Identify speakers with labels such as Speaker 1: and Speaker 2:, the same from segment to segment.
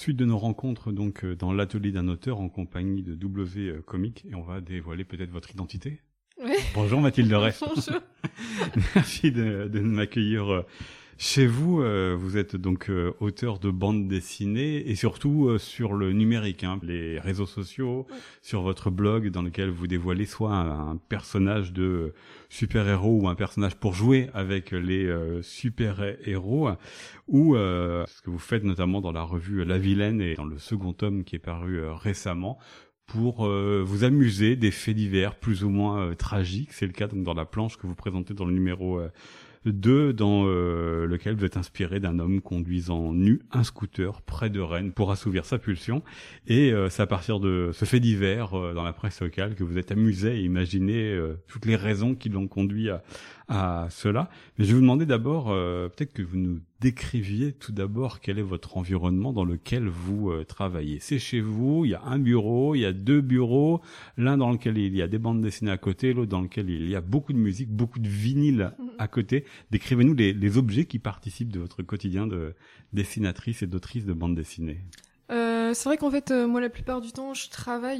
Speaker 1: Suite de nos rencontres donc dans l'atelier d'un auteur en compagnie de W Comics et on va dévoiler peut-être votre identité.
Speaker 2: Oui.
Speaker 1: Bonjour Mathilde Rey.
Speaker 2: Bonjour.
Speaker 1: Merci de m'accueillir chez vous. Vous êtes donc auteur de bande dessinée et surtout sur le numérique, les réseaux sociaux, sur votre blog dans lequel vous dévoilez soit un personnage de super-héros ou un personnage pour jouer avec les super-héros ou ce que vous faites notamment dans la revue La Vilaine et dans le second tome qui est paru récemment pour vous amuser des faits divers plus ou moins tragiques. C'est le cas donc dans la planche que vous présentez dans le numéro 2, dans lequel vous êtes inspiré d'un homme conduisant nu un scooter près de Rennes pour assouvir sa pulsion. Et c'est à partir de ce fait divers dans la presse locale que vous êtes amusé et imaginé toutes les raisons qui l'ont conduit à cela. Mais je vais vous demander d'abord, peut-être que vous nous décriviez tout d'abord quel est votre environnement dans lequel vous travaillez. C'est chez vous, il y a un bureau, il y a deux bureaux, l'un dans lequel il y a des bandes dessinées à côté, l'autre dans lequel il y a beaucoup de musique, beaucoup de vinyles à côté. Décrivez-nous les objets qui participent de votre quotidien de dessinatrice et d'autrice de bande dessinée.
Speaker 2: C'est vrai qu'en fait, moi, la plupart du temps, je travaille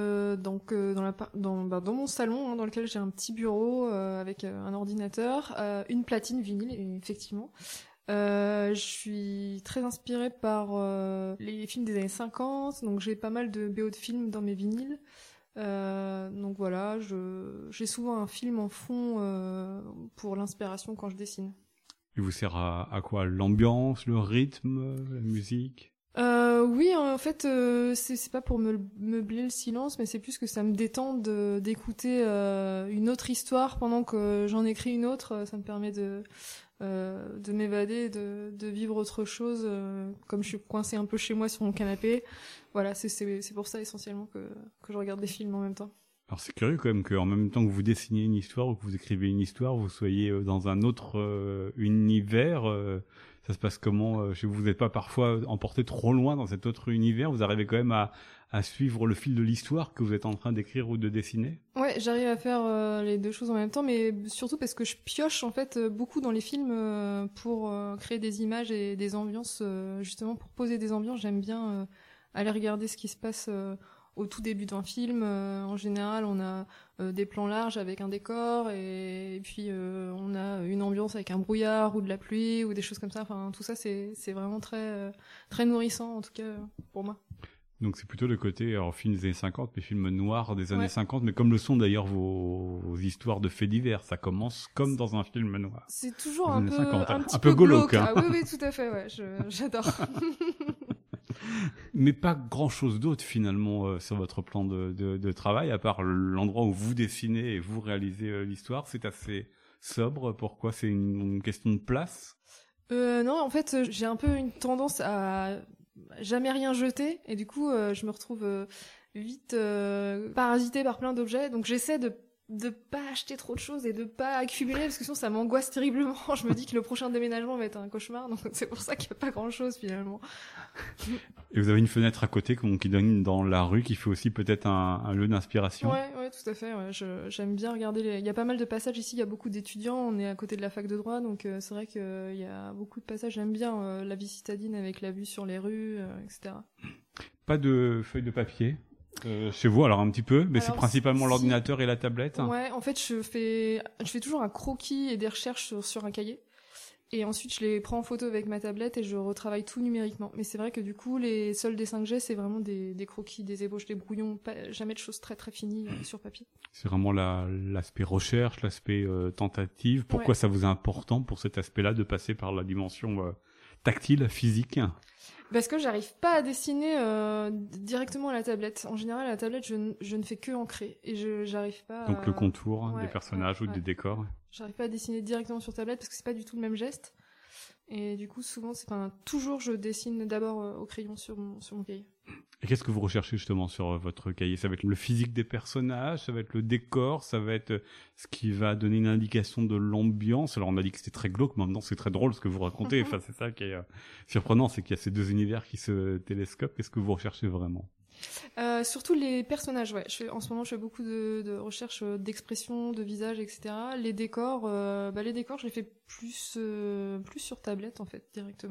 Speaker 2: dans mon salon, dans lequel j'ai un petit bureau avec un ordinateur, une platine vinyle, effectivement. Je suis très inspirée par les films des années 50, donc j'ai pas mal de BO de films dans mes vinyles. Donc voilà, j'ai souvent un film en fond pour l'inspiration quand je dessine.
Speaker 1: Il vous sert à quoi? L'ambiance, le rythme, la musique?
Speaker 2: Oui, en fait, c'est pas pour meubler le silence, mais c'est plus que ça me détend d'écouter une autre histoire pendant que j'en écris une autre. Ça me permet de m'évader, de vivre autre chose. Comme je suis coincée un peu chez moi sur mon canapé, voilà, c'est pour ça essentiellement que je regarde des films en même temps.
Speaker 1: Alors c'est curieux quand même qu'en même temps que vous dessinez une histoire ou que vous écrivez une histoire, vous soyez dans un autre univers. Ça se passe comment chez vous? Vous n'êtes pas parfois emporté trop loin dans cet autre univers? Vous arrivez quand même à suivre le fil de l'histoire que vous êtes en train d'écrire ou de dessiner?
Speaker 2: Ouais, j'arrive à faire les deux choses en même temps, mais surtout parce que je pioche en fait beaucoup dans les films pour créer des images et des ambiances, justement pour poser des ambiances. J'aime bien aller regarder ce qui se passe au tout début d'un film. En général, on a des plans larges avec un décor et puis on a une ambiance avec un brouillard ou de la pluie ou des choses comme ça. Enfin, tout ça, c'est vraiment très très nourrissant en tout cas pour moi.
Speaker 1: Donc c'est plutôt le côté film des années 50, mais film noir des années 50, mais comme le sont d'ailleurs vos histoires de faits divers, ça commence comme dans un film noir.
Speaker 2: C'est toujours un
Speaker 1: un peu glauque.
Speaker 2: Ah oui, tout à fait, ouais, j'adore.
Speaker 1: Mais pas grand-chose d'autre finalement sur votre plan de travail, à part l'endroit où vous dessinez et vous réalisez l'histoire. C'est assez sobre. Pourquoi? C'est une question de place?
Speaker 2: Non, en fait, j'ai un peu une tendance à jamais rien jeter et du coup je me retrouve vite parasitée par plein d'objets, donc j'essaie de pas acheter trop de choses et de pas accumuler parce que sinon ça m'angoisse terriblement. Je me dis que le prochain déménagement va être un cauchemar, donc c'est pour ça qu'il y a pas grand chose finalement.
Speaker 1: Et vous avez une fenêtre à côté qui donne dans la rue, qui fait aussi peut-être un lieu d'inspiration?
Speaker 2: Ouais, tout à fait. Ouais. J'aime bien regarder il y a pas mal de passages ici, il y a beaucoup d'étudiants, on est à côté de la fac de droit, donc c'est vrai qu'il y a beaucoup de passages. J'aime bien la vie citadine avec la vue sur les rues, etc.
Speaker 1: Pas de feuilles de papier chez vous? Alors un petit peu, mais c'est principalement l'ordinateur et la tablette.
Speaker 2: Ouais, en fait je fais toujours un croquis et des recherches sur un cahier. Et ensuite, je les prends en photo avec ma tablette et je retravaille tout numériquement. Mais c'est vrai que du coup, les seuls dessins que j'ai, c'est vraiment des croquis, des ébauches, des brouillons, jamais de choses très très finies sur papier. C'est
Speaker 1: vraiment l'aspect recherche, l'aspect tentative. Pourquoi ça vous est important pour cet aspect-là de passer par la dimension tactile, physique?
Speaker 2: Parce que j'arrive pas à dessiner directement à la tablette. En général, à la tablette, je ne fais que ancrer et j'arrive pas.
Speaker 1: Donc le contour des personnages ou des décors.
Speaker 2: J'arrive pas à dessiner directement sur tablette parce que c'est pas du tout le même geste. Et du coup, souvent, toujours je dessine d'abord au crayon sur mon cahier.
Speaker 1: Et qu'est-ce que vous recherchez justement sur votre cahier? Ça va être le physique des personnages, ça va être le décor, ça va être ce qui va donner une indication de l'ambiance. Alors on a dit que c'était très glauque, mais en même temps c'est très drôle ce que vous racontez. Enfin, c'est ça qui est surprenant, c'est qu'il y a ces deux univers qui se télescopent. Qu'est-ce que vous recherchez vraiment?
Speaker 2: Surtout les personnages, ouais. En ce moment, je fais beaucoup de recherches d'expression, de visage, etc. Les décors, je les fais plus sur tablette en fait directement.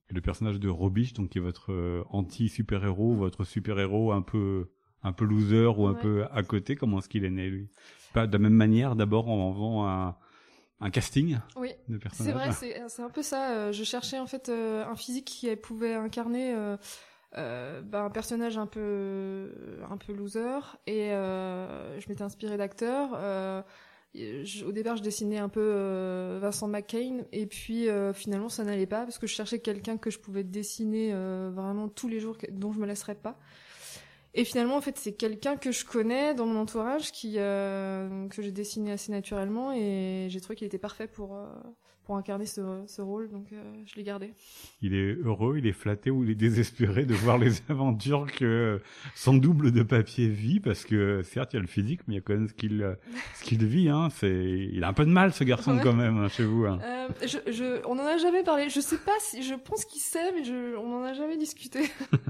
Speaker 1: Le personnage de Robiche, donc qui est votre anti-super-héros, votre super-héros un peu loser ou un peu à côté, comment est-ce qu'il est né, lui? Pas de la même manière, d'abord en faisant un casting de personnage.
Speaker 2: C'est vrai, c'est un peu ça. Je cherchais en fait un physique qui pouvait incarner un personnage un peu loser, et je m'étais inspirée d'acteurs. Au départ, je dessinais un peu Vincent McCain, et puis finalement, ça n'allait pas parce que je cherchais quelqu'un que je pouvais dessiner vraiment tous les jours, dont je me lasserais pas. Et finalement, en fait, c'est quelqu'un que je connais dans mon entourage que j'ai dessiné assez naturellement, et j'ai trouvé qu'il était parfait pour incarner ce rôle, donc je l'ai gardé.
Speaker 1: Il est heureux, il est flatté ou il est désespéré de voir les aventures que son double de papier vit, parce que certes, il y a le physique, mais il y a quand même ce qu'il vit, hein. Il a un peu de mal, ce garçon, quand même, hein, chez vous. Hein.
Speaker 2: On en a jamais parlé. Je sais pas si, je pense qu'il sait, mais on en a jamais discuté.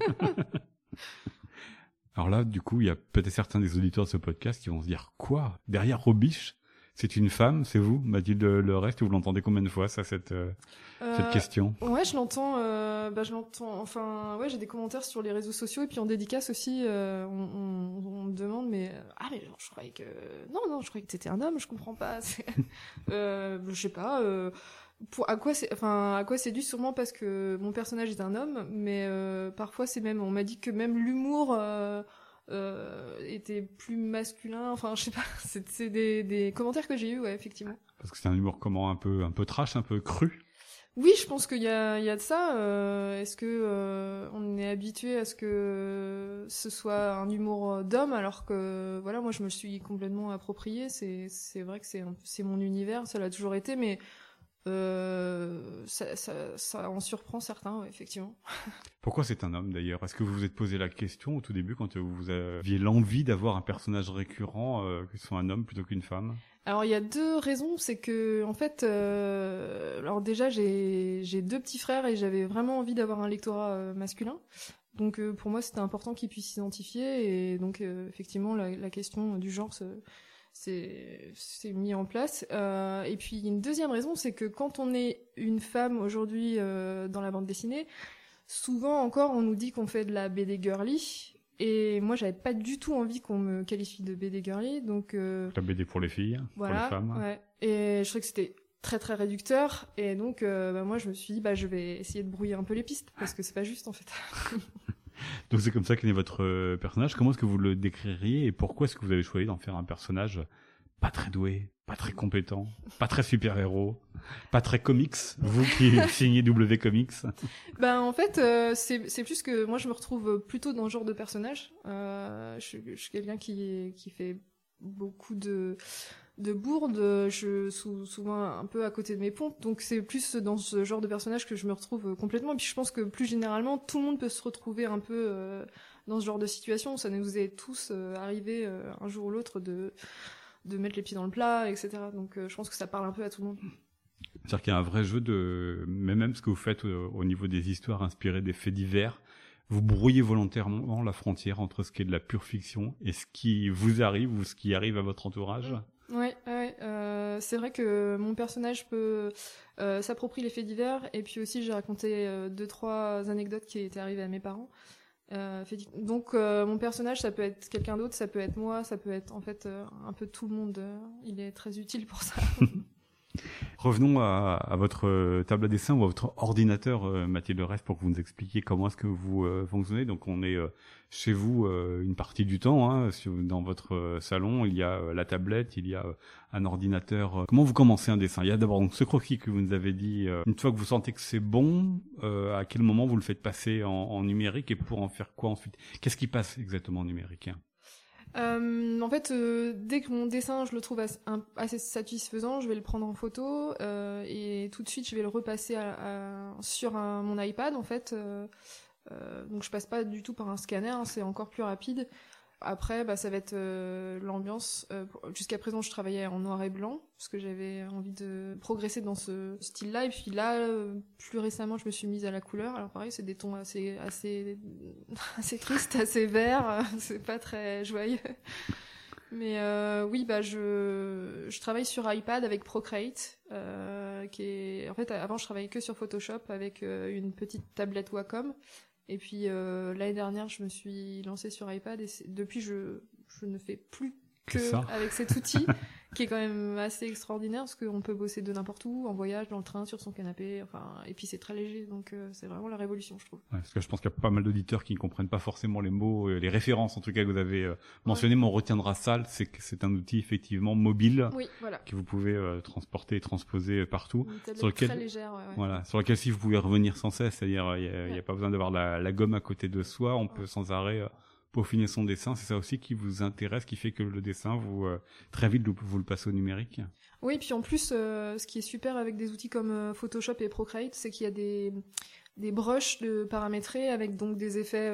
Speaker 1: Alors là, du coup, il y a peut-être certains des auditeurs de ce podcast qui vont se dire, quoi? Derrière Robiche, c'est une femme, c'est vous, Mathilde Le Rest, vous l'entendez combien de fois, ça, cette question?
Speaker 2: Ouais, je l'entends, enfin, ouais, j'ai des commentaires sur les réseaux sociaux, et puis en dédicace aussi, on me demande, mais je croyais que, non, je croyais que t'étais un homme, je comprends pas, je sais pas, à quoi c'est dû, sûrement parce que mon personnage est un homme, mais parfois on m'a dit que même l'humour était plus masculin, enfin je sais pas, c'est des commentaires que j'ai eu, ouais, effectivement.
Speaker 1: Parce que c'est un humour comment, un peu trash, un peu cru.
Speaker 2: Oui, je pense qu'il y a de ça. Est-ce que on est habitué à ce que ce soit un humour d'homme, alors que voilà, moi je me le suis complètement approprié. C'est vrai que c'est mon univers, ça l'a toujours été, mais ça en surprend certains, ouais, effectivement.
Speaker 1: Pourquoi c'est un homme, d'ailleurs? Est-ce que vous vous êtes posé la question au tout début, quand vous aviez l'envie d'avoir un personnage récurrent, que ce soit un homme plutôt qu'une femme?
Speaker 2: Alors il y a deux raisons, c'est que en fait, alors déjà j'ai deux petits frères, et j'avais vraiment envie d'avoir un lectorat masculin. Donc pour moi c'était important qu'ils puissent s'identifier, et donc effectivement la question du genre c'est mis en place. Et puis une deuxième raison, c'est que quand on est une femme aujourd'hui dans la bande dessinée, souvent encore on nous dit qu'on fait de la BD girly. Et moi, j'avais pas du tout envie qu'on me qualifie de BD girly, donc
Speaker 1: la BD pour les filles,
Speaker 2: voilà,
Speaker 1: pour les femmes.
Speaker 2: Ouais. Et je trouvais que c'était très très réducteur, et donc moi je me suis dit je vais essayer de brouiller un peu les pistes, parce que c'est pas juste en fait.
Speaker 1: Donc c'est comme ça qu'est né votre personnage. Comment est-ce que vous le décririez, et pourquoi est-ce que vous avez choisi d'en faire un personnage pas très doué, pas très compétent, pas très super-héros, pas très comics, vous qui signez W Comics?
Speaker 2: En fait, c'est plus que moi je me retrouve plutôt dans ce genre de personnage. Je suis quelqu'un qui fait beaucoup de bourdes, je suis souvent un peu à côté de mes pompes, donc c'est plus dans ce genre de personnage que je me retrouve complètement. Et puis je pense que plus généralement, tout le monde peut se retrouver un peu dans ce genre de situation. Ça nous est tous arrivé un jour ou l'autre de mettre les pieds dans le plat, etc. Donc je pense que ça parle un peu à tout le monde.
Speaker 1: C'est-à-dire qu'il y a un vrai jeu mais même ce que vous faites au niveau des histoires inspirées des faits divers, vous brouillez volontairement la frontière entre ce qui est de la pure fiction et ce qui vous arrive, ou ce qui arrive à votre entourage.
Speaker 2: Ouais. C'est vrai que mon personnage peut s'approprier les faits divers, et puis aussi j'ai raconté 2-3 anecdotes qui étaient arrivées à mes parents. Donc mon personnage, ça peut être quelqu'un d'autre, ça peut être moi, ça peut être en fait un peu tout le monde. Il est très utile pour ça.
Speaker 1: Revenons à votre table à dessin ou à votre ordinateur, Mathilde Le Rest, pour que vous nous expliquiez comment est-ce que vous fonctionnez. Donc on est chez vous une partie du temps, hein, dans votre salon, il y a la tablette, il y a un ordinateur. Comment vous commencez un dessin? Il y a d'abord donc ce croquis que vous nous avez dit. Une fois que vous sentez que c'est bon, à quel moment vous le faites passer en numérique, et pour en faire quoi ensuite? Qu'est-ce qui passe exactement en numérique?
Speaker 2: En fait, dès que mon dessin, je le trouve assez satisfaisant, je vais le prendre en photo, et tout de suite, je vais le repasser sur mon iPad, en fait. Donc, je passe pas du tout par un scanner, hein, c'est encore plus rapide. Après, ça va être l'ambiance. Jusqu'à présent, je travaillais en noir et blanc parce que j'avais envie de progresser dans ce style-là. Et puis là, plus récemment, je me suis mise à la couleur. Alors pareil, c'est des tons assez tristes, assez verts. C'est pas très joyeux. Mais oui, bah je travaille sur iPad avec Procreate, qui est en fait avant je travaillais que sur Photoshop avec une petite tablette Wacom. Et puis l'année dernière, je me suis lancée sur iPad et depuis je ne fais plus que avec cet outil qui est quand même assez extraordinaire parce qu'on peut bosser de n'importe où, en voyage, dans le train, sur son canapé, enfin, et puis c'est très léger, donc c'est vraiment la révolution, je trouve.
Speaker 1: Ouais, parce que je pense qu'il y a pas mal d'auditeurs qui ne comprennent pas forcément les mots, les références en tout cas que vous avez mentionnées, mais on retiendra ça, c'est que c'est un outil effectivement mobile,
Speaker 2: oui, voilà,
Speaker 1: que vous pouvez transporter et transposer partout,
Speaker 2: une tablette
Speaker 1: sur lequel
Speaker 2: très légère, ouais.
Speaker 1: Voilà, sur lequel si vous pouvez revenir sans cesse, c'est-à-dire il y a pas besoin d'avoir la gomme à côté de soi, on peut sans arrêt peaufiner son dessin. C'est ça aussi qui vous intéresse, qui fait que le dessin, vous très vite vous le passez au numérique.
Speaker 2: Oui, puis en plus, ce qui est super avec des outils comme Photoshop et Procreate, c'est qu'il y a des brushes de paramétrer avec donc des effets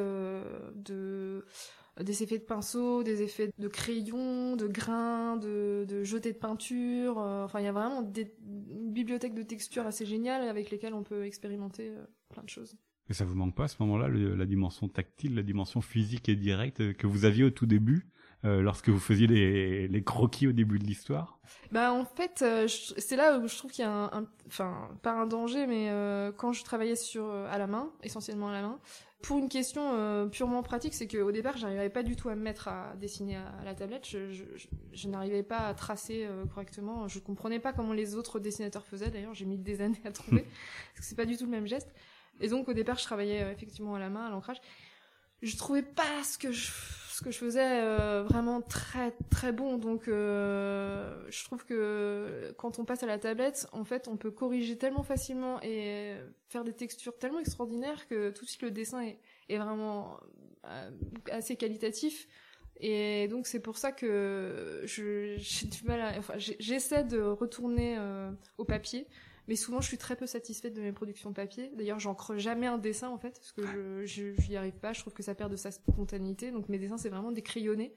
Speaker 2: des effets de pinceau, des effets de crayon, de grains, de jetés de peinture. Enfin, il y a vraiment une bibliothèque de textures assez géniale avec lesquelles on peut expérimenter plein de choses.
Speaker 1: Et ça vous manque pas à ce moment-là, la dimension tactile, la dimension physique et directe que vous aviez au tout début, lorsque vous faisiez les croquis au début de l'histoire?
Speaker 2: Bah en fait, c'est là où je trouve qu'il y a enfin pas un danger, mais quand je travaillais à la main, essentiellement à la main, pour une question purement pratique, c'est qu'au départ, j'arrivais pas du tout à me mettre à dessiner à la tablette. Je n'arrivais pas à tracer correctement. Je comprenais pas comment les autres dessinateurs faisaient. D'ailleurs, j'ai mis des années à trouver parce que c'est pas du tout le même geste. Et donc au départ, je travaillais effectivement à la main, à l'ancrage. Je trouvais pas ce que je faisais vraiment très très bon. Donc je trouve que quand on passe à la tablette, en fait, on peut corriger tellement facilement et faire des textures tellement extraordinaires que tout de suite le dessin est vraiment assez qualitatif. Et donc c'est pour ça que j'ai du mal j'essaie de retourner au papier. Mais souvent, je suis très peu satisfaite de mes productions papier. D'ailleurs, j'encre jamais un dessin, en fait, parce que je n'y arrive pas. Je trouve que ça perd de sa spontanéité. Donc, mes dessins, c'est vraiment des crayonnés.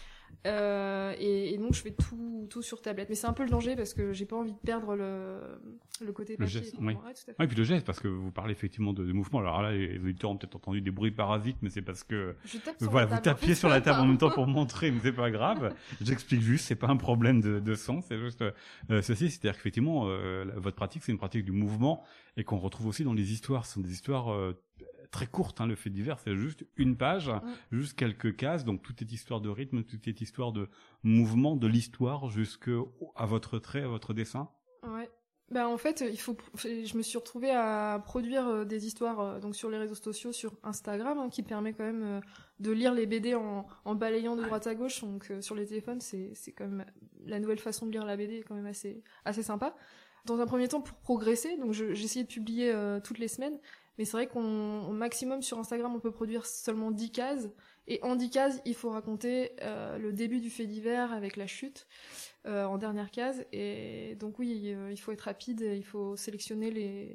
Speaker 2: Et donc, je fais tout sur tablette. Mais c'est un peu le danger, parce que j'ai pas envie de perdre le côté papier.
Speaker 1: Le geste, oui.
Speaker 2: Ouais, tout à fait.
Speaker 1: Ouais, puis le geste, parce que vous parlez effectivement de mouvement. Alors là, les auditeurs ont peut-être entendu des bruits parasites, mais c'est parce que
Speaker 2: vous
Speaker 1: tapiez sur la table en même temps pour montrer, mais c'est pas grave. J'explique juste, c'est pas un problème de son, c'est juste ceci, c'est-à-dire qu'effectivement, votre pratique, c'est une pratique du mouvement et qu'on retrouve aussi dans les histoires. Ce sont des histoires très courtes, hein, le fait divers, c'est juste une page, juste quelques cases, donc tout est histoire de rythme, tout est histoire de mouvement, de l'histoire jusqu'à votre trait, à votre dessin.
Speaker 2: Ouais. Ben en fait, je me suis retrouvée à produire des histoires donc sur les réseaux sociaux, sur Instagram, hein, qui permet quand même de lire les BD en balayant de droite à gauche. Donc sur les téléphones, c'est quand même la nouvelle façon de lire la BD est quand même assez sympa. Dans un premier temps, pour progresser, donc j'ai essayé de publier toutes les semaines, mais c'est vrai au maximum sur Instagram, on peut produire seulement 10 cases. Et en 10 cases, il faut raconter le début du fait divers avec la chute en dernière case. Et donc oui, il faut être rapide, il faut sélectionner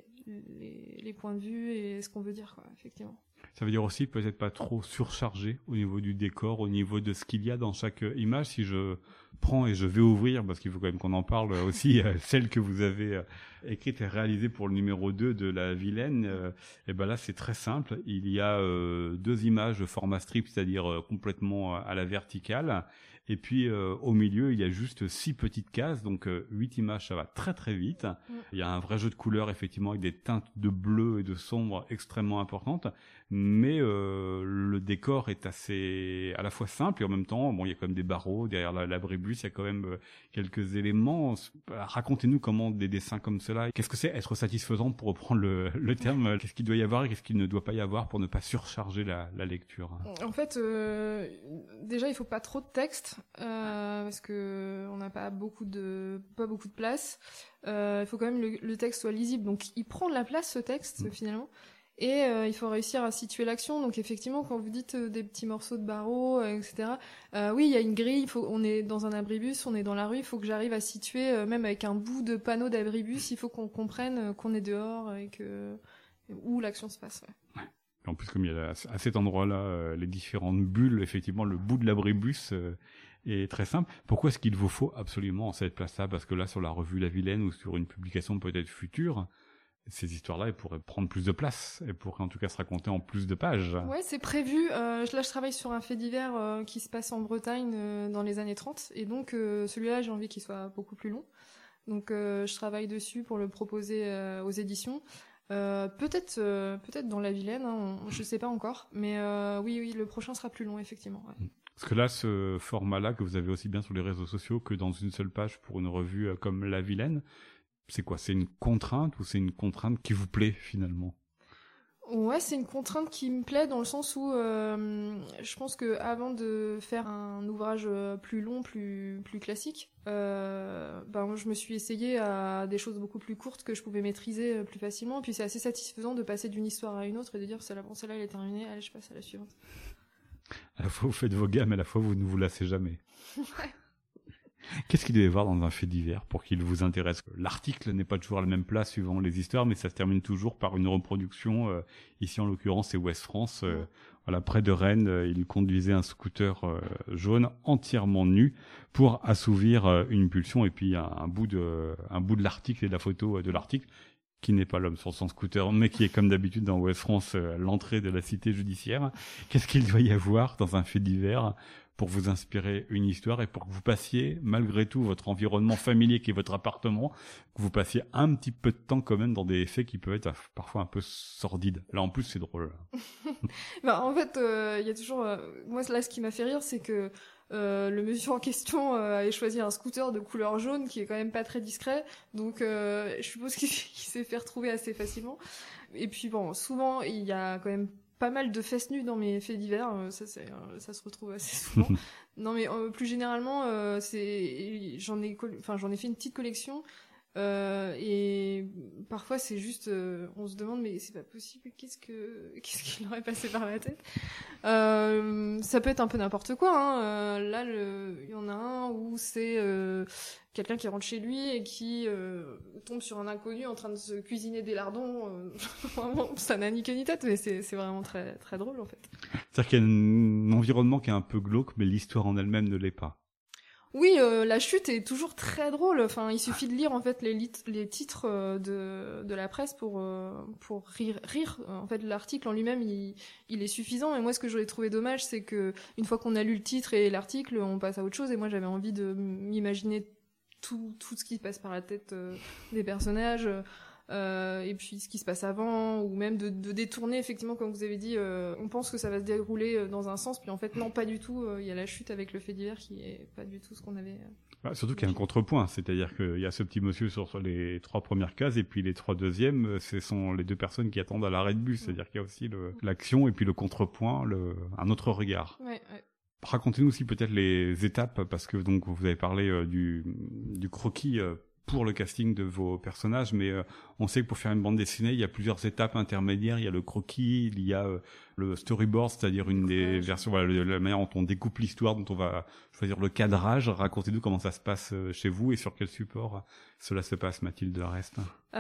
Speaker 2: les points de vue et ce qu'on veut dire, quoi, effectivement.
Speaker 1: Ça veut dire aussi peut-être pas trop surchargé au niveau du décor, au niveau de ce qu'il y a dans chaque image. Si je prends et je vais ouvrir, parce qu'il faut quand même qu'on en parle aussi, celle que vous avez écrite et réalisée pour le numéro 2 de La Vilaine, et ben là c'est très simple. Il y a 2 images format strip, c'est-à-dire complètement à la verticale. Et puis au milieu, il y a juste 6 petites cases, donc 8 images, ça va très très vite. Il y a un vrai jeu de couleurs, effectivement, avec des teintes de bleu et de sombre extrêmement importantes. Mais le décor est assez à la fois simple et en même temps, bon, il y a quand même des barreaux derrière l'abribus, il y a quand même quelques éléments. Racontez-nous comment des dessins comme cela, qu'est-ce que c'est être satisfaisant, pour reprendre le terme, qu'est-ce qu'il doit y avoir et qu'est-ce qu'il ne doit pas y avoir pour ne pas surcharger la lecture?
Speaker 2: En fait, déjà, il faut pas trop de texte. Parce que on n'a pas beaucoup de place. Il faut quand même le texte soit lisible, donc il prend de la place, ce texte, finalement. Et il faut réussir à situer l'action. Donc effectivement, quand vous dites des petits morceaux de barreaux, etc. Oui, il y a une grille. On est dans un abribus, on est dans la rue. Il faut que j'arrive à situer, même avec un bout de panneau d'abribus, il faut qu'on comprenne qu'on est dehors et où l'action se passe. Ouais.
Speaker 1: En plus, comme il y a à cet endroit-là les différentes bulles, effectivement, le bout de l'abribus est très simple. Pourquoi est-ce qu'il vous faut absolument cette place-là? Parce que là, sur la revue La Vilaine ou sur une publication peut-être future, ces histoires-là, elles pourraient prendre plus de place. Elles pourraient en tout cas se raconter en plus de pages.
Speaker 2: Ouais, c'est prévu. Là, je travaille sur un fait divers qui se passe en Bretagne dans les années 30. Et donc, celui-là, j'ai envie qu'il soit beaucoup plus long. Donc, je travaille dessus pour le proposer aux éditions. Peut-être dans la Vilaine, hein, je sais pas encore. Mais oui, le prochain sera plus long, effectivement. Ouais.
Speaker 1: Parce que là, ce format-là que vous avez aussi bien sur les réseaux sociaux que dans une seule page pour une revue comme La Vilaine, c'est quoi? C'est une contrainte ou c'est une contrainte qui vous plaît finalement?
Speaker 2: Ouais, c'est une contrainte qui me plaît dans le sens où je pense que avant de faire un ouvrage plus long, plus classique, je me suis essayée à des choses beaucoup plus courtes que je pouvais maîtriser plus facilement. Et puis c'est assez satisfaisant de passer d'une histoire à une autre et de dire celle-là elle est terminée, allez je passe à la suivante.
Speaker 1: À la fois vous faites vos gammes, à la fois vous ne vous lassez jamais. Qu'est-ce qu'il doit y avoir dans un fait divers pour qu'il vous intéresse? L'article n'est pas toujours à la même place suivant les histoires, mais ça se termine toujours par une reproduction. Ici, en l'occurrence, c'est Ouest France. Voilà, près de Rennes, il conduisait un scooter jaune entièrement nu pour assouvir une pulsion. Et puis un bout de l'article et de la photo de l'article, qui n'est pas l'homme sur son scooter, mais qui est comme d'habitude dans Ouest France, l'entrée de la cité judiciaire. Qu'est-ce qu'il doit y avoir dans un fait divers pour vous inspirer une histoire et pour que vous passiez, malgré tout, votre environnement familier qui est votre appartement, que vous passiez un petit peu de temps quand même dans des faits qui peuvent être parfois un peu sordides. Là, en plus, c'est drôle.
Speaker 2: En fait, il y a toujours... moi, là, ce qui m'a fait rire, c'est que le monsieur en question avait choisi un scooter de couleur jaune qui est quand même pas très discret. Donc, je suppose qu'il s'est fait retrouver assez facilement. Et puis, bon, souvent, il y a quand même pas mal de fesses nues dans mes faits divers, ça se retrouve assez souvent. Non mais plus généralement, j'en ai fait une petite collection et parfois c'est juste, on se demande mais c'est pas possible, qu'est-ce qu'il aurait passé par la tête. Ça peut être un peu n'importe quoi. Hein. Là, il y en a un où c'est quelqu'un qui rentre chez lui et qui tombe sur un inconnu en train de se cuisiner des lardons. Vraiment, ça n'a ni queue ni tête, mais c'est vraiment très, très drôle, en fait.
Speaker 1: C'est-à-dire qu'il y a un environnement qui est un peu glauque, mais l'histoire en elle-même ne l'est pas.
Speaker 2: Oui, la chute est toujours très drôle. Enfin, il suffit de lire en fait les titres de la presse pour rire. En fait, l'article en lui-même, il est suffisant. Et moi, ce que j'aurais trouvé dommage, c'est que une fois qu'on a lu le titre et l'article, on passe à autre chose. Et moi, j'avais envie de m'imaginer tout ce qui passe par la tête des personnages. Et puis ce qui se passe avant, ou même de détourner, effectivement, comme vous avez dit, on pense que ça va se dérouler dans un sens, puis en fait non, pas du tout. Il y a la chute avec le fait divers qui est pas du tout ce qu'on avait.
Speaker 1: Surtout qu'il y a un contrepoint, c'est-à-dire qu'il y a ce petit monsieur sur les 3 premières cases, et puis les 3 deuxièmes, ce sont les 2 personnes qui attendent à l'arrêt de bus, c'est-à-dire qu'il y a aussi l'action et puis le contrepoint, un autre regard.
Speaker 2: Ouais.
Speaker 1: Racontez-nous aussi peut-être les étapes, parce que donc vous avez parlé du croquis pour le casting de vos personnages, mais on sait que pour faire une bande dessinée, il y a plusieurs étapes intermédiaires. Il y a le croquis, il y a le storyboard, c'est-à-dire une des versions, voilà, la manière dont on découpe l'histoire, dont on va choisir le cadrage. Racontez-nous comment ça se passe chez vous et sur quel support cela se passe, Mathilde Lareste.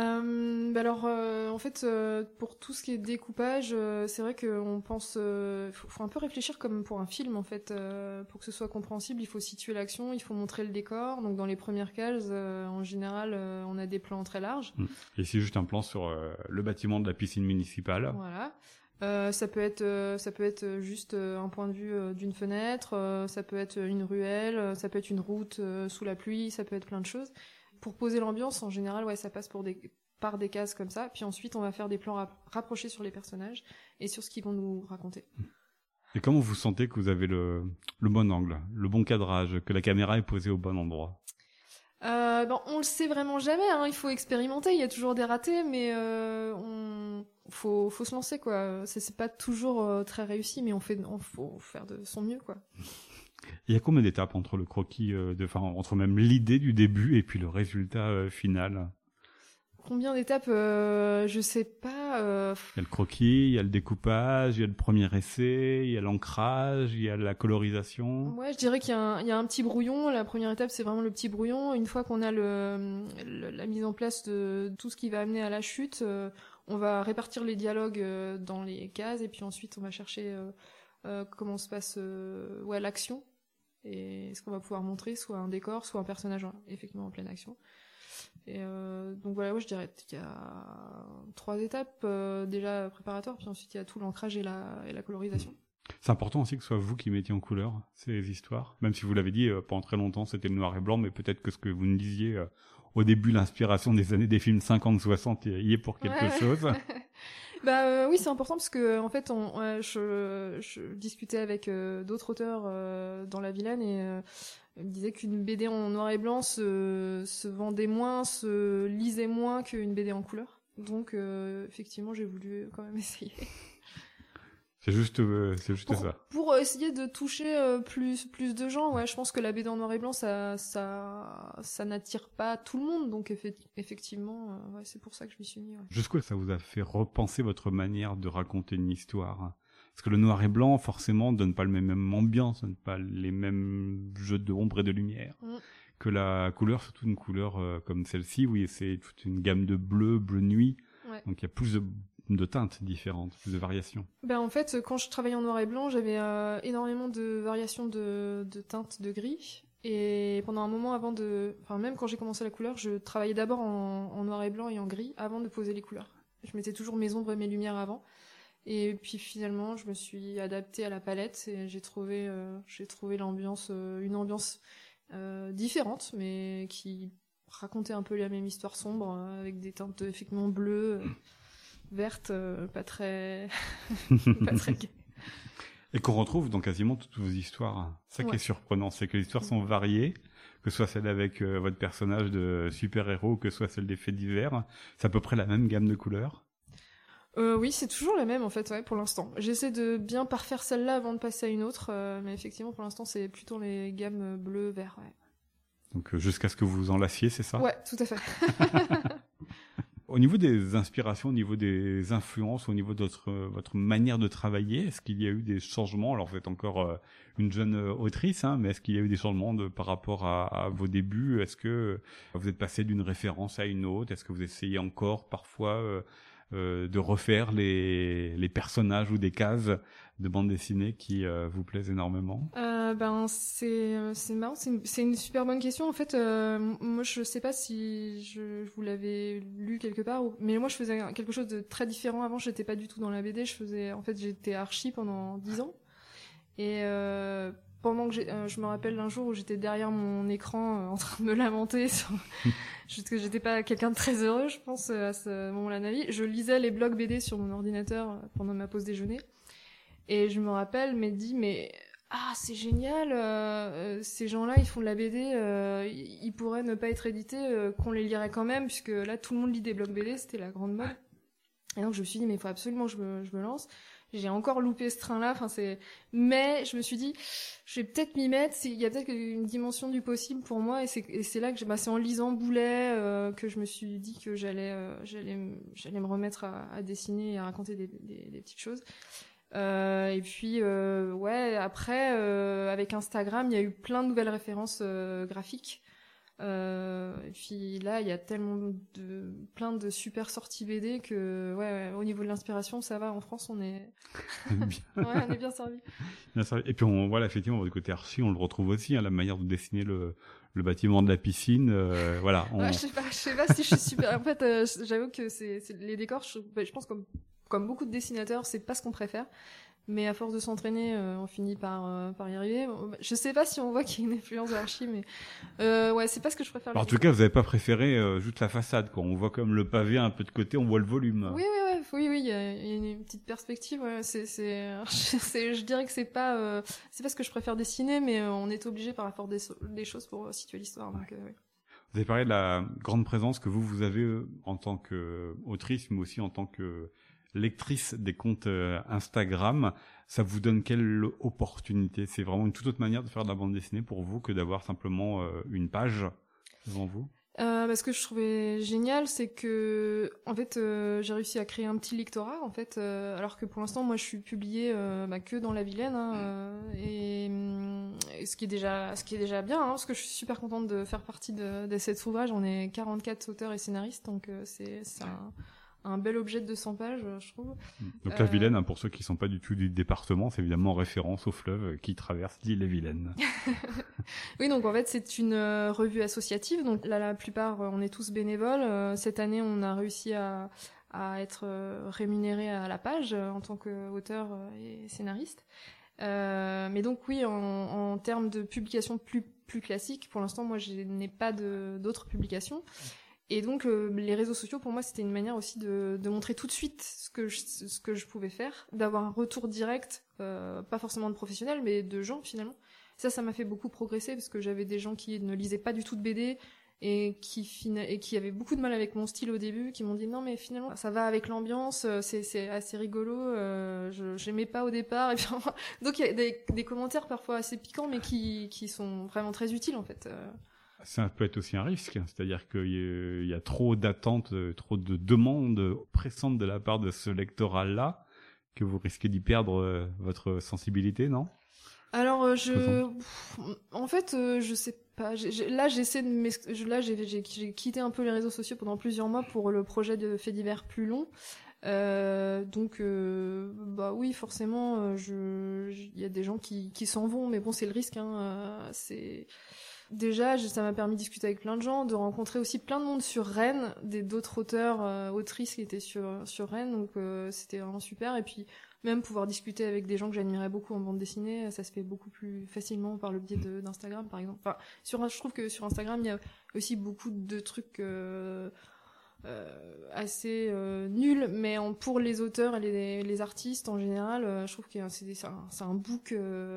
Speaker 2: En fait, pour tout ce qui est découpage, c'est vrai qu'on pense, faut un peu réfléchir comme pour un film en fait, pour que ce soit compréhensible. Il faut situer l'action, il faut montrer le décor. Donc dans les premières cases, en général, on a des plans très larges.
Speaker 1: Et ici juste un plan sur le bâtiment de la piscine municipale.
Speaker 2: Voilà. Ça peut être juste un point de vue d'une fenêtre, ça peut être une ruelle, ça peut être une route sous la pluie, ça peut être plein de choses. Pour poser l'ambiance, en général, ouais, ça passe par des cases comme ça. Puis ensuite, on va faire des plans rapprochés sur les personnages et sur ce qu'ils vont nous raconter.
Speaker 1: Et comment vous sentez que vous avez le bon angle, le bon cadrage, que la caméra est posée au bon endroit?
Speaker 2: On le sait vraiment jamais, hein. Il faut expérimenter, il y a toujours des ratés, mais faut se lancer, quoi. C'est pas toujours très réussi, mais faut faire de son mieux, quoi.
Speaker 1: Il y a combien d'étapes entre le croquis, entre même l'idée du début et puis le résultat final?
Speaker 2: Combien d'étapes je sais pas.
Speaker 1: Il y a le croquis, il y a le découpage, il y a le premier essai, il y a l'ancrage, il y a la colorisation.
Speaker 2: Ouais, je dirais qu'il y a un petit brouillon. La première étape, c'est vraiment le petit brouillon. Une fois qu'on a la mise en place de tout ce qui va amener à la chute, on va répartir les dialogues dans les cases et puis ensuite on va chercher comment se passe l'action et ce qu'on va pouvoir montrer, soit un décor, soit un personnage effectivement en pleine action. Et donc voilà, ouais, je dirais qu'il y a 3 étapes déjà préparatoires, puis ensuite il y a tout l'ancrage et la colorisation.
Speaker 1: C'est important aussi que ce soit vous qui mettiez en couleur ces histoires, même si vous l'avez dit, pendant très longtemps c'était le noir et blanc, mais peut-être que ce que vous nous disiez au début, l'inspiration des films 50-60 y est pour quelque chose.
Speaker 2: Bah oui, c'est important parce que en fait, je discutais avec d'autres auteurs dans la Vilaine et ils me disaient qu'une BD en noir et blanc se vendait moins, se lisait moins qu'une BD en couleur. Donc effectivement, j'ai voulu quand même essayer.
Speaker 1: C'est juste ça.
Speaker 2: Pour essayer de toucher plus de gens, ouais, je pense que la BD en noir et blanc, ça n'attire pas tout le monde, donc effectivement, ouais, c'est pour ça que je m'y suis mis. Ouais.
Speaker 1: Jusqu'où ça vous a fait repenser votre manière de raconter une histoire? Parce que le noir et blanc, forcément, donne pas le même ambiance, donne pas les mêmes jeux d'ombre et de lumière. Que la couleur, surtout une couleur comme celle-ci, oui, c'est toute une gamme de bleu nuit, ouais. Donc il y a plus de teintes différentes, plus de variations.
Speaker 2: Ben en fait, quand je travaillais en noir et blanc, j'avais énormément de variations de teintes de gris. Et pendant un moment même quand j'ai commencé la couleur, je travaillais d'abord en noir et blanc et en gris avant de poser les couleurs. Je mettais toujours mes ombres et mes lumières avant. Et puis finalement, je me suis adaptée à la palette et j'ai trouvé l'ambiance, une ambiance différente, mais qui racontait un peu la même histoire sombre avec des teintes effectivement bleues. Verte, pas très gaie.
Speaker 1: Et qu'on retrouve dans quasiment toutes vos histoires. Ça qui est surprenant, c'est que les histoires sont variées, que ce soit celle avec votre personnage de super-héros, que ce soit celle des faits divers. C'est à peu près la même gamme de couleurs.
Speaker 2: Oui, c'est toujours la même en fait, ouais, pour l'instant. J'essaie de bien parfaire celle-là avant de passer à une autre, mais effectivement, pour l'instant, c'est plutôt les gammes bleu, vert, ouais.
Speaker 1: Donc jusqu'à ce que vous en lassiez, c'est ça?
Speaker 2: Ouais, tout à fait.
Speaker 1: Au niveau des inspirations, au niveau des influences, au niveau de votre manière de travailler, est-ce qu'il y a eu des changements? Alors vous êtes encore une jeune autrice, hein, mais est-ce qu'il y a eu des changements par rapport à vos débuts? Est-ce que vous êtes passé d'une référence à une autre? Est-ce que vous essayez encore parfois de refaire les personnages ou des cases de bande dessinée qui vous plaisent énormément?
Speaker 2: C'est marrant, c'est une super bonne question en fait. Moi je sais pas si vous l'avez lu quelque part, mais moi je faisais quelque chose de très différent avant. J'étais pas du tout dans la BD, j'étais archi pendant 10 ans et pendant que je me rappelle d'un jour où j'étais derrière mon écran en train de me lamenter juste que j'étais pas quelqu'un de très heureux, je pense, à ce moment-là de ma vie. Je lisais les blogs BD sur mon ordinateur pendant ma pause déjeuner et je me rappelle mais c'est génial, ces gens-là ils font de la BD, ils pourraient ne pas être édités, qu'on les lirait quand même, puisque là tout le monde lit des blogs BD, c'était la grande mode. Et donc je me suis dit mais il faut absolument que je me lance. J'ai encore loupé ce train-là, mais je me suis dit je vais peut-être m'y mettre, il y a peut-être une dimension du possible pour moi, et c'est là que c'est en lisant Boulet que je me suis dit que j'allais me remettre à dessiner et à raconter des petites choses. Et puis après avec Instagram il y a eu plein de nouvelles références graphiques, et puis là il y a tellement plein de super sorties BD que au niveau de l'inspiration ça va, en France on est on est bien servi.
Speaker 1: Et puis effectivement votre côté archi on le retrouve aussi, hein, la manière de dessiner le bâtiment de la piscine, voilà.
Speaker 2: Je sais pas si je suis super. En fait, j'avoue que c'est les décors. Je pense comme beaucoup de dessinateurs, c'est pas ce qu'on préfère. Mais à force de s'entraîner, on finit par y arriver. Je sais pas si on voit qu'il y a une influence d'archi, mais c'est pas ce que je préfère.
Speaker 1: En tout cas, vous avez pas préféré juste la façade, quoi. On voit comme le pavé un peu de côté, on voit le volume.
Speaker 2: Oui, il y a une petite perspective. Ouais. Je dirais que c'est pas ce que je préfère dessiner, mais on est obligé par la force des choses pour situer l'histoire. Donc, ouais.
Speaker 1: Vous avez parlé de la grande présence que vous avez en tant qu'autrice, mais aussi en tant que lectrice des comptes Instagram. Ça vous donne quelle opportunité? C'est vraiment une toute autre manière de faire de la bande dessinée pour vous que d'avoir simplement une page devant vous?
Speaker 2: Ce que je trouvais génial, c'est que en fait j'ai réussi à créer un petit lectorat en fait, alors que pour l'instant moi je suis publiée que dans la Vilaine, hein, et ce qui est déjà bien, hein, parce que je suis super contente de faire partie de cet ouvrage. On est 44 auteurs et scénaristes, donc c'est un bel objet de 200 pages, je trouve.
Speaker 1: Donc la Vilaine, hein, pour ceux qui sont pas du tout du département, c'est évidemment en référence au fleuve qui traverse l'Ille-et-Vilaine.
Speaker 2: Oui, donc en fait c'est une revue associative. Donc là, la plupart, on est tous bénévoles. Cette année, on a réussi à être rémunéré à la page en tant qu'auteur et scénariste. Mais donc oui, en termes de publications plus classiques, pour l'instant, moi, je n'ai pas d'autres publications. Et donc, les réseaux sociaux, pour moi, c'était une manière aussi de montrer tout de suite ce que je pouvais faire, d'avoir un retour direct, pas forcément de professionnels, mais de gens, finalement. Ça m'a fait beaucoup progresser, parce que j'avais des gens qui ne lisaient pas du tout de BD, et qui avaient beaucoup de mal avec mon style au début, qui m'ont dit non mais finalement ça va avec l'ambiance, c'est assez rigolo, j'aimais pas au départ, et puis donc il y a des commentaires parfois assez piquants mais qui sont vraiment très utiles en fait.
Speaker 1: Ça peut être aussi un risque, c'est-à-dire qu'il y a trop d'attentes, trop de demandes pressantes de la part de ce lectorat-là, que vous risquez d'y perdre votre sensibilité, non ?
Speaker 2: Alors en fait je sais pas, là j'essaie de j'ai quitté un peu les réseaux sociaux pendant plusieurs mois pour le projet de faits divers plus long. Donc bah oui forcément il y a des gens qui s'en vont, mais bon c'est le risque hein, c'est déjà ça m'a permis de discuter avec plein de gens, de rencontrer aussi plein de monde sur Rennes, d'autres auteurs autrices qui étaient sur Rennes, donc c'était vraiment super. Et puis même pouvoir discuter avec des gens que j'admirais beaucoup en bande dessinée, ça se fait beaucoup plus facilement par le biais d'Instagram par exemple. Enfin, je trouve que sur Instagram il y a aussi beaucoup de trucs assez nuls, mais pour les auteurs et les artistes en général, je trouve que c'est un book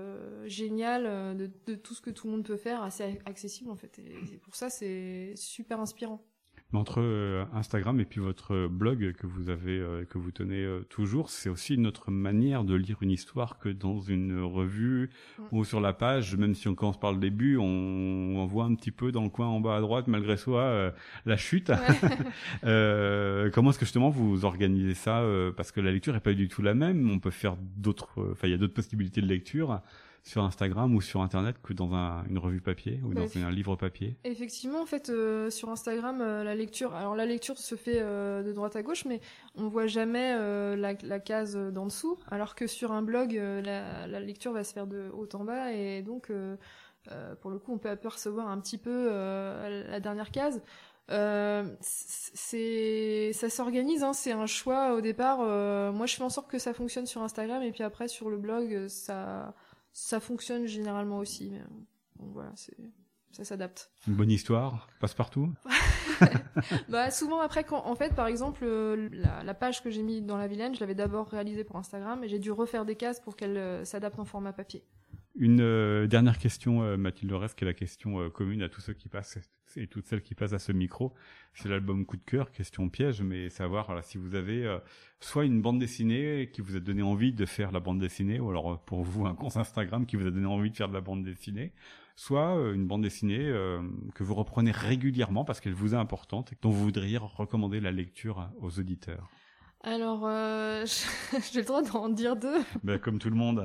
Speaker 2: génial de tout ce que tout le monde peut faire, assez accessible en fait. Et pour ça c'est super inspirant.
Speaker 1: Mais entre Instagram et puis votre blog que vous avez, que vous tenez toujours, c'est aussi une autre manière de lire une histoire que dans une revue ou sur la page. Même si on commence par le début, on voit un petit peu dans le coin en bas à droite, malgré soi, la chute. Ouais. Comment est-ce que justement vous organisez ça parce que la lecture est pas du tout la même. On peut faire il y a d'autres possibilités de lecture sur Instagram ou sur Internet que dans une revue papier ou dans un livre papier.
Speaker 2: Effectivement, en fait, sur Instagram, la lecture se fait de droite à gauche, mais on voit jamais la case d'en dessous, alors que sur un blog, la lecture va se faire de haut en bas, et donc, pour le coup, on peut apercevoir un petit peu la dernière case. Ça s'organise, hein, c'est un choix au départ. Moi, je fais en sorte que ça fonctionne sur Instagram, et puis après, sur le blog, ça fonctionne généralement aussi, mais bon, voilà, ça s'adapte.
Speaker 1: Une bonne histoire, passe-partout.
Speaker 2: Bah souvent après, en fait, par exemple, la page que j'ai mis dans la Vilaine, je l'avais d'abord réalisée pour Instagram et j'ai dû refaire des cases pour qu'elle s'adapte en format papier.
Speaker 1: Une dernière question, Mathilde Rest, qui est la question commune à tous ceux qui passent et toutes celles qui passent à ce micro. C'est l'album coup de cœur, question piège, mais savoir voilà, si vous avez soit une bande dessinée qui vous a donné envie de faire la bande dessinée, ou alors pour vous un compte Instagram qui vous a donné envie de faire de la bande dessinée, soit une bande dessinée que vous reprenez régulièrement parce qu'elle vous est importante et dont vous voudriez recommander la lecture aux auditeurs.
Speaker 2: Alors, j'ai le droit d'en dire deux.
Speaker 1: Ben, comme tout le monde.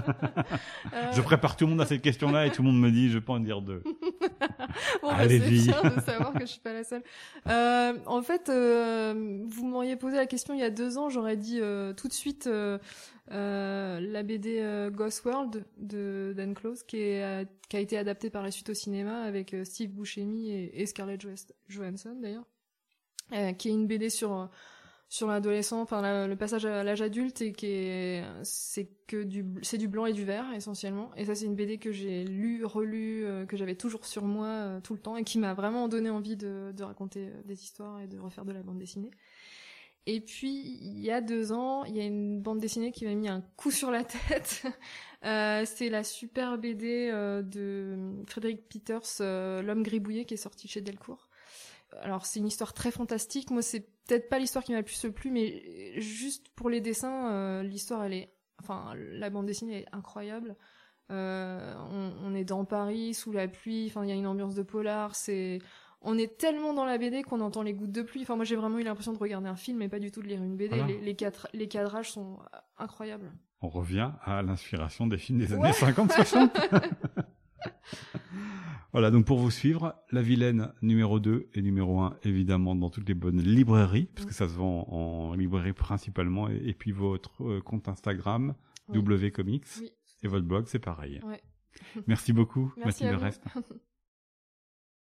Speaker 1: Je prépare tout le monde à cette question-là et tout le monde me dit je peux en dire deux.
Speaker 2: Bon, allez-y. C'est bien de savoir que je suis pas la seule. En fait, vous m'auriez posé la question il y a 2 ans, j'aurais dit tout de suite la BD Ghost World de Dan Close qui a été adaptée par la suite au cinéma avec Steve Buscemi et Scarlett Johansson d'ailleurs, qui est une BD sur l'adolescent, enfin le passage à l'âge adulte, et c'est du blanc et du vert essentiellement. Et ça c'est une BD que j'ai relue, que j'avais toujours sur moi tout le temps et qui m'a vraiment donné envie de raconter des histoires et de refaire de la bande dessinée. Et puis il y a 2 ans, il y a une bande dessinée qui m'a mis un coup sur la tête. C'est la super BD de Frédéric Peters, L'homme gribouillé, qui est sorti chez Delcourt. Alors c'est une histoire très fantastique. Moi c'est peut-être pas l'histoire qui m'a le plus plu, mais juste pour les dessins, l'histoire la bande dessinée est incroyable. On est dans Paris sous la pluie. Enfin il y a une ambiance de polar. On est tellement dans la BD qu'on entend les gouttes de pluie. Enfin moi j'ai vraiment eu l'impression de regarder un film et pas du tout de lire une BD. Voilà. Les cadrages sont incroyables.
Speaker 1: On revient à l'inspiration des films des années 50-60. Voilà, donc pour vous suivre, La Vilaine numéro 2 et numéro 1, évidemment, dans toutes les bonnes librairies, parce que ça se vend en librairie principalement, et puis votre compte Instagram,
Speaker 2: Oui.
Speaker 1: WComics,
Speaker 2: Oui.
Speaker 1: et votre blog, c'est pareil.
Speaker 2: Ouais.
Speaker 1: Merci beaucoup,
Speaker 2: Merci
Speaker 1: Mathilde
Speaker 2: à vous.
Speaker 1: Rest.